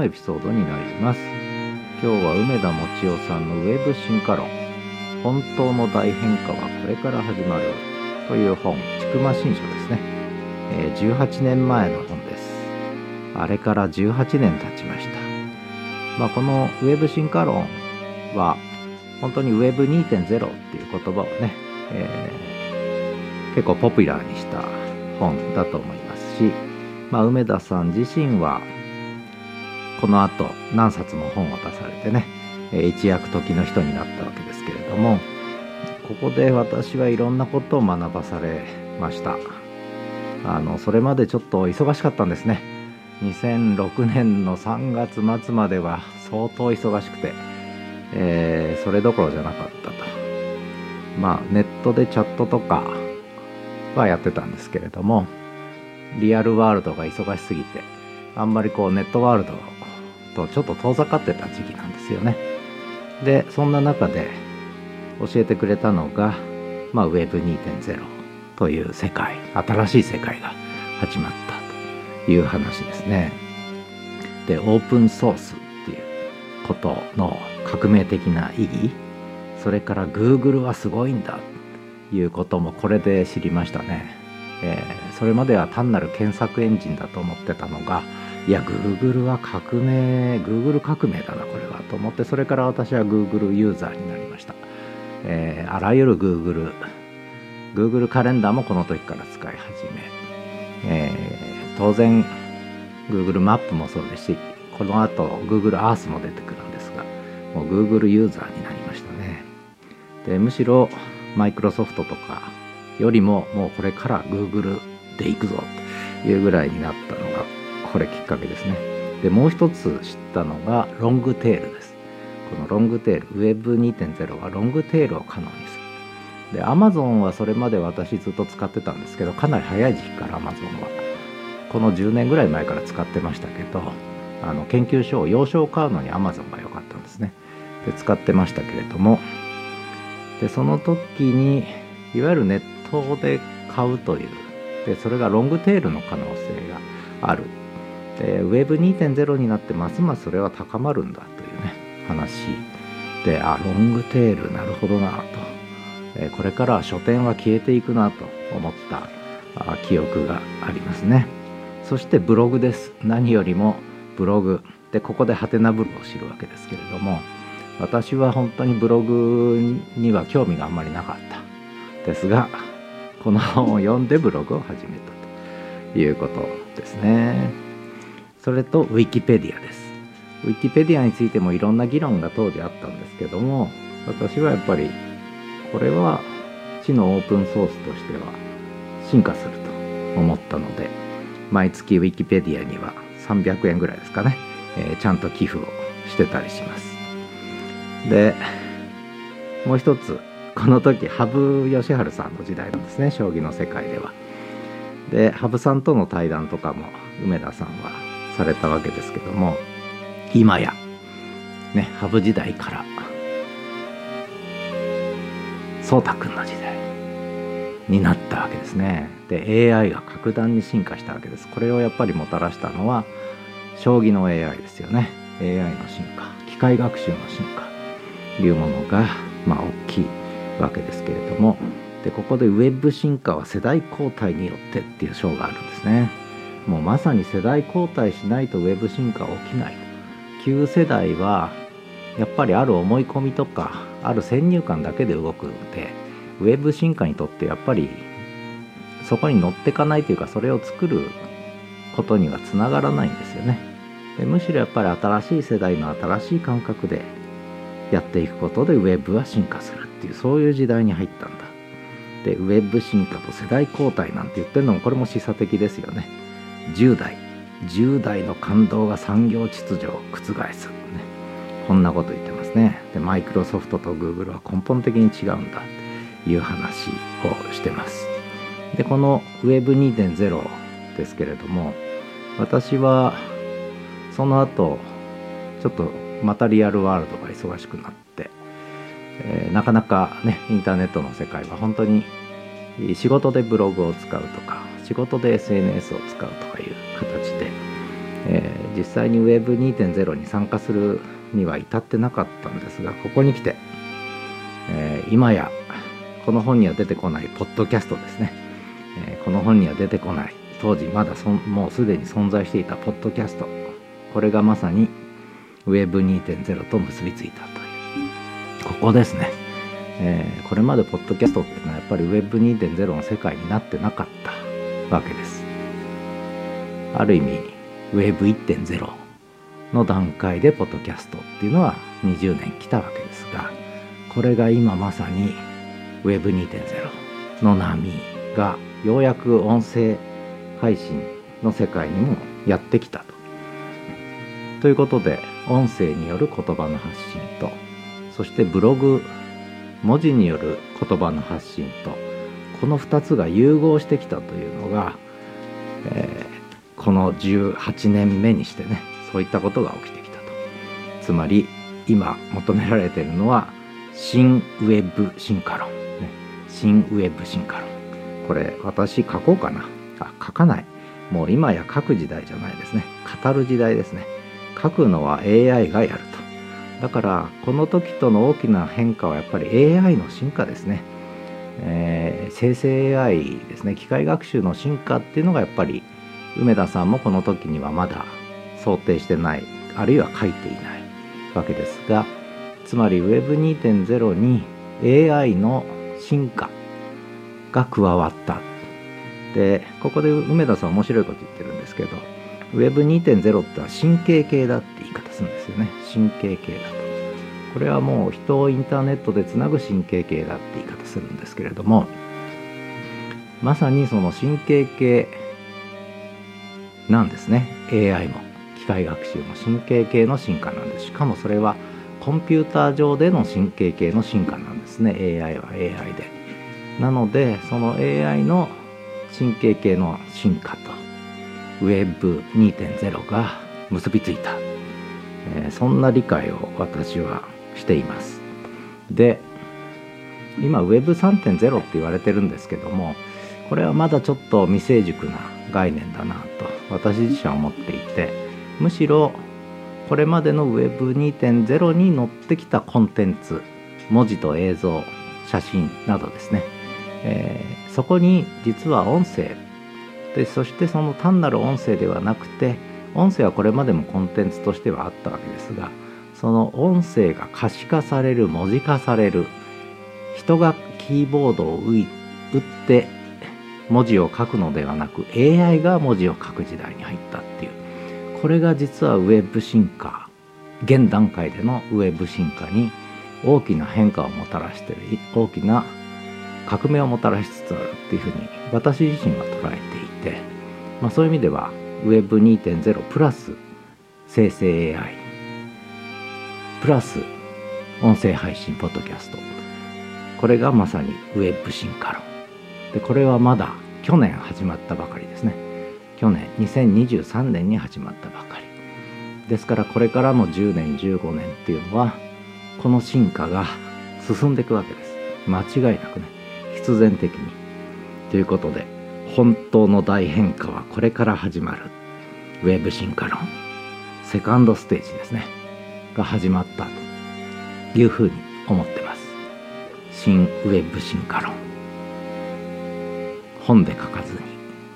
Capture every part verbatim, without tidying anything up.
のエピソードになります。今日は梅田もちおさんのウェブ進化論、本当の大変化はこれから始まるという本、千曲新書ですね、えー、じゅうはちねんまえの本です。あれからじゅうはちねん経ちました。まあ、このウェブ進化論は本当に ウェブにてんゼロ っていう言葉をね、えー、結構ポピュラーにした本だと思いますし、まあ、梅田さん自身はこの後何冊も本を出されてね、一躍時の人になったわけですけれども、ここで私はいろんなことを学ばされました。あのそれまでちょっと忙しかったんですね。にせんろくねんのさんがつ末までは相当忙しくて、えー、それどころじゃなかったと。まあネットでチャットとかはやってたんですけれども、リアルワールドが忙しすぎてあんまりこうネットワールドとちょっと遠ざかってた時期なんですよね。でそんな中で教えてくれたのが、まあ、ウェブにてんゼロ という世界、新しい世界が始まったという話ですね。でオープンソースっていうことの革命的な意義、それから Google はすごいんだということもこれで知りましたね。えー、それまでは単なる検索エンジンだと思ってたのが、いや Google は革命 Google 革命だなこれはと思って、それから私は Google ユーザーになりました。えー、あらゆる Google Google カレンダーもこの時から使い始め、えー、当然 Google マップもそうですし、この後 Google Earth も出てくるんですが、もう Google ユーザーになりましたね。でむしろマイクロソフトとかよりももうこれから Google で行くぞというぐらいになったのがこれきっかけですね。でもう一つ知ったのがロングテールです。このロングテール ウェブにてんゼロ はロングテールを可能にする。で Amazon はそれまで私ずっと使ってたんですけど、かなり早い時期から Amazon はこのじゅうねんぐらい前から使ってましたけど、あの研究書要書を買うのに Amazon が良かったんですね。で使ってましたけれども、でその時にいわゆるネットで買うという、でそれがロングテールの可能性がある。で ウェブにてんゼロ になってますますそれは高まるんだというね話で、あロングテールなるほどなと、えこれからは書店は消えていくなと思ったあ記憶がありますね。そしてブログです。何よりもブログで、ここでハテナブログを知るわけですけれども、私は本当にブログには興味があんまりなかったですが、この本を読んでブログを始めたということですね。それとウィキペディアです。ウィキペディアについてもいろんな議論が当時あったんですけども、私はやっぱりこれは知のオープンソースとしては進化すると思ったので、毎月ウィキペディアにはさんびゃくえんぐらいですかね、えー、ちゃんと寄付をしてたりします。でもう一つ、この時羽生善治さんの時代なんですね、将棋の世界では。で羽生さんとの対談とかも梅田さんはされたわけですけども、今やね羽生時代から颯太くんの時代になったわけですね。で エーアイ が格段に進化したわけです。これをやっぱりもたらしたのは将棋の エーアイ ですよね。 エーアイ の進化、機械学習の進化というものがまあ大きいわけですけれども、でここでウェブ進化は世代交代によってっていう章があるんですね。もうまさに世代交代しないとウェブ進化は起きない。旧世代はやっぱりある思い込みとかある先入観だけで動くので、ウェブ進化にとってやっぱりそこに乗っていかないというか、それを作ることにはつながらないんですよね。でむしろやっぱり新しい世代の新しい感覚でやっていくことでウェブは進化するっていう、そういう時代に入ったんだ。でウェブ進化と世代交代なんて言ってるのもこれも示唆的ですよね。じゅう代じゅう代の感動が産業秩序を覆す、ね、こんなこと言ってますね。でマイクロソフトとグーグルは根本的に違うんだという話をしてます。でこの ウェブにてんゼロ ですけれども、私はその後ちょっとまたリアルワールドが忙しくなって、えー、なかなかねインターネットの世界は本当に仕事でブログを使うとか仕事で エスエヌエス を使うとかいう形で、えー、 実際に ウェブにてんゼロ に参加するには至ってなかったんですが、ここに来て、えー、今やこの本には出てこないポッドキャストですね、えー、この本には出てこない当時まだそもうすでに存在していたポッドキャスト、これがまさに ウェブにてんゼロ と結びついたという、ここですね。えー、これまでポッドキャストっていうのはやっぱり ウェブにてんゼロ の世界になってなかったわけです。ある意味 ウェブいってんゼロ の段階でポッドキャストっていうのはにじゅうねん来たわけですが、これが今まさに ウェブにてんゼロ の波がようやく音声配信の世界にもやってきたと。ということで、音声による言葉の発信と、そしてブログ文字による言葉の発信と、このふたつが融合してきたというのが、えー、このじゅうはちねんめにしてね、そういったことが起きてきたと。つまり今求められているのは新ウェブ進化論、ね、新ウェブ進化論。これ私書こうかな。あ、書かない。もう今や書く時代じゃないですね。語る時代ですね。書くのは エーアイ がやると。だからこの時との大きな変化はやっぱり エーアイ の進化ですね。えー、生成 エーアイ ですね。機械学習の進化っていうのがやっぱり梅田さんもこの時にはまだ想定してない、あるいは書いていないわけですが、つまり ウェブにてんゼロ に エーアイ の進化が加わった。で、ここで梅田さん面白いこと言ってるんですけど、ウェブにてんゼロ ってのは神経系だって言い方するんですよね。神経系だと。これはもう人をインターネットでつなぐ神経系だって言い方するんですけれども、まさにその神経系なんですね。 エーアイ も機械学習も神経系の進化なんです。しかもそれはコンピューター上での神経系の進化なんですね。 エーアイ は エーアイ で。なのでその エーアイ の神経系の進化と ウェブにてんゼロ が結びついた、えー、そんな理解を私はしています。で、今 ウェブさんてんゼロ って言われてるんですけども、これはまだちょっと未成熟な概念だなと私自身は思っていて、むしろこれまでの ウェブにてんゼロ に乗ってきたコンテンツ、文字と映像、写真などですね、えー、そこに実は音声で、そしてその単なる音声ではなくて、音声はこれまでもコンテンツとしてはあったわけですが、その音声が可視化される、文字化される、人がキーボードを打って文字を書くのではなく エーアイ が文字を書く時代に入ったっていう、これが実はウェブ進化、現段階でのウェブ進化に大きな変化をもたらしている、大きな革命をもたらしつつあるっていうふうに私自身は捉えていて、まあ、そういう意味では ウェブにてんゼロ プラス生成 エーアイ プラス音声配信ポッドキャスト、これがまさにウェブ進化論で、これはまだ去年始まったばかりですね。去年にせんにじゅうさんねんに始まったばかりですから、これからのじゅうねんじゅうごねんっていうのはこの進化が進んでいくわけです。間違いなくね、必然的に。ということで、本当の大変化はこれから始まる。ウェブ進化論セカンドステージですねが始まったというふうに思ってます。新ウェブ進化論、本で書かずに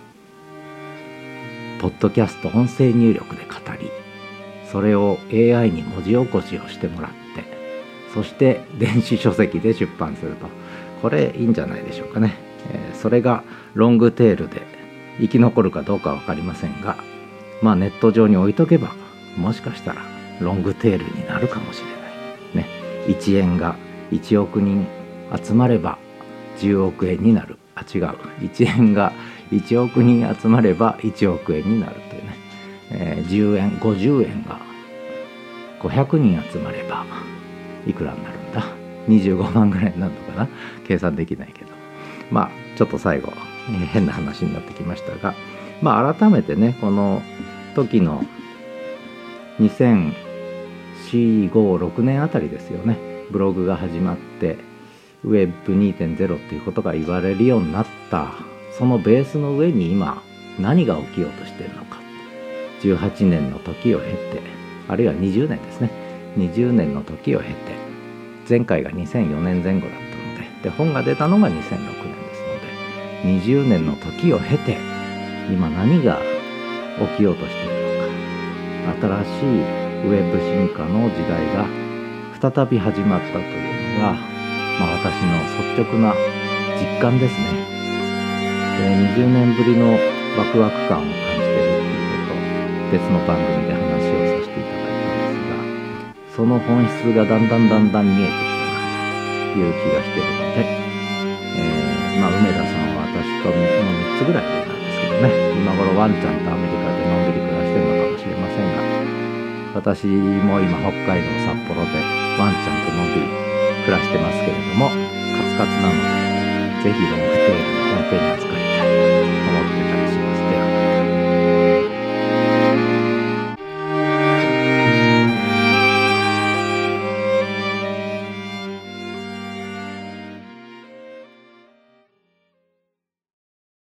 ポッドキャスト音声入力で語り、それを エーアイ に文字起こしをしてもらって、そして電子書籍で出版すると、これいいんじゃないでしょうかね。えー、それがロングテールで生き残るかどうか分かりませんが、まあネット上に置いとけばもしかしたらロングテールになるかもしれないね。いちえんがいちおくにん集まればじゅうおくえんになる。あ、違う。いちえんがいちおくにん集まればいちおくえんになるというね。えー、じゅうえん、ごじゅうえんがごひゃくにん集まればいくらになるんだ。にじゅうごまんぐらいになるのかな。計算できないけど。まあちょっと最後、えー、変な話になってきましたが、まあ改めてね、この時のにせんよん、ご、ろくねんあたりですよね。ブログが始まってウェブ にてんゼロ っていうことが言われるようになった、そのベースの上に今何が起きようとしているのか、 じゅうはちねんの時を経て、あるいはにじゅうねんですね、にじゅうねんの時を経て、前回がにせんよねんぜん後だったので、で本が出たのがにせんろくねんですので、にじゅうねんの時を経て今何が起きようとしているのか、新しいウェブ進化の時代が再び始まったというのが、まあ、私の率直な実感ですね。でにじゅうねんぶりのワクワク感を感じているっていうことを別の番組で話をさせていただいたんですが、その本質がだんだんだんだん見えてきたなという気がしているので、えーまあ、梅田さんは私とのみっつぐらい上なんですけどね、今頃ワンちゃんとアメリカでのんびり暮らしてるのかもしれませんが、私も今北海道札幌でワンちゃんとのんびり暮らしてますけれども、カツカツなのでぜひロングテールの恩恵に預かりたい